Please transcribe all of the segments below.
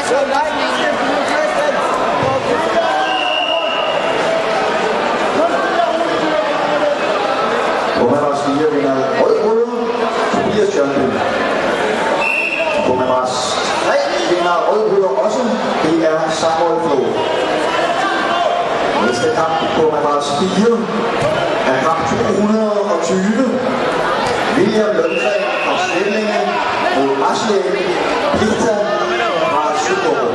På Madras 4 vinder rød-røde Tobias Tjørnby. På Madras 3 vinder rød-røde også. Det er Samuel Flo. Næste kamp på Madras 4 er kamp 220. William Lundgren og Svellinge mod Asle Pita fra Søborg.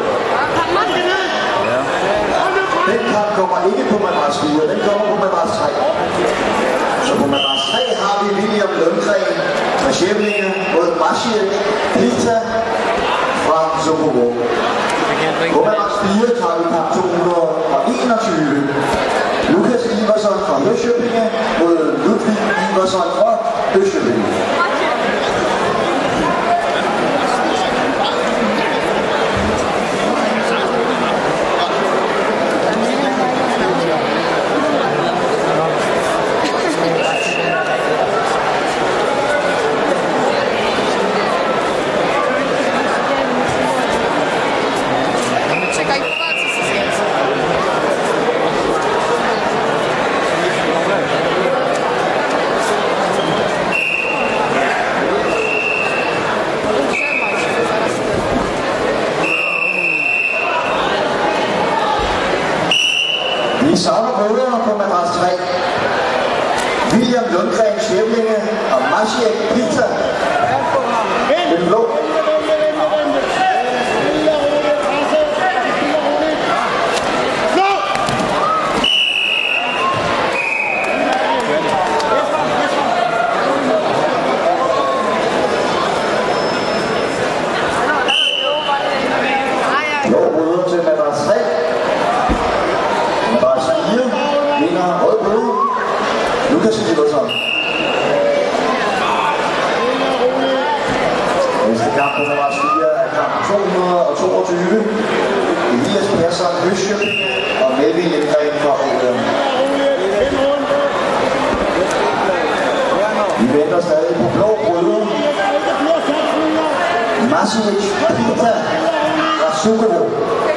Den kamp kommer ikke på Madras 4, den kommer på Madras 3. Så på Madras 3 har vi William Lundgren fra Svellinge mod Asle Pita fra Søborg. På Madras 4 tager vi kamp 221. Lukas Iversen fra Hørsøbinge mod Ludvig Iversen fra Hørsøbinge. Vi savner målerne på Madras 3. William Lundgren, Svellinge og Maciek Pita. Den blå. Lukas Iversen. Næste kamp på Madras 4 er kamp 222. Elias Persson Hørsøbinge og Melvin Lindgren fra Ålund. Vi venter stadig på blå bryder. Maciej Pita fra Sukovo.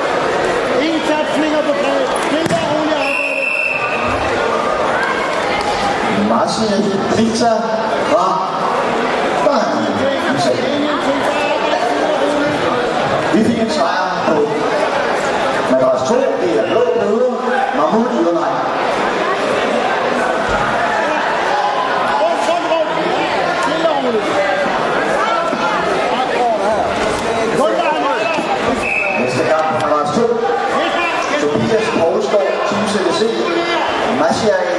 Maciej Pita fra Bayern. Vi fik en sejr på Madras 2. Det er blå bryder. Mahmoud Yunai. Næste kamp på Madras 2. Tobias Poulsgaard, Team CDC. Maciej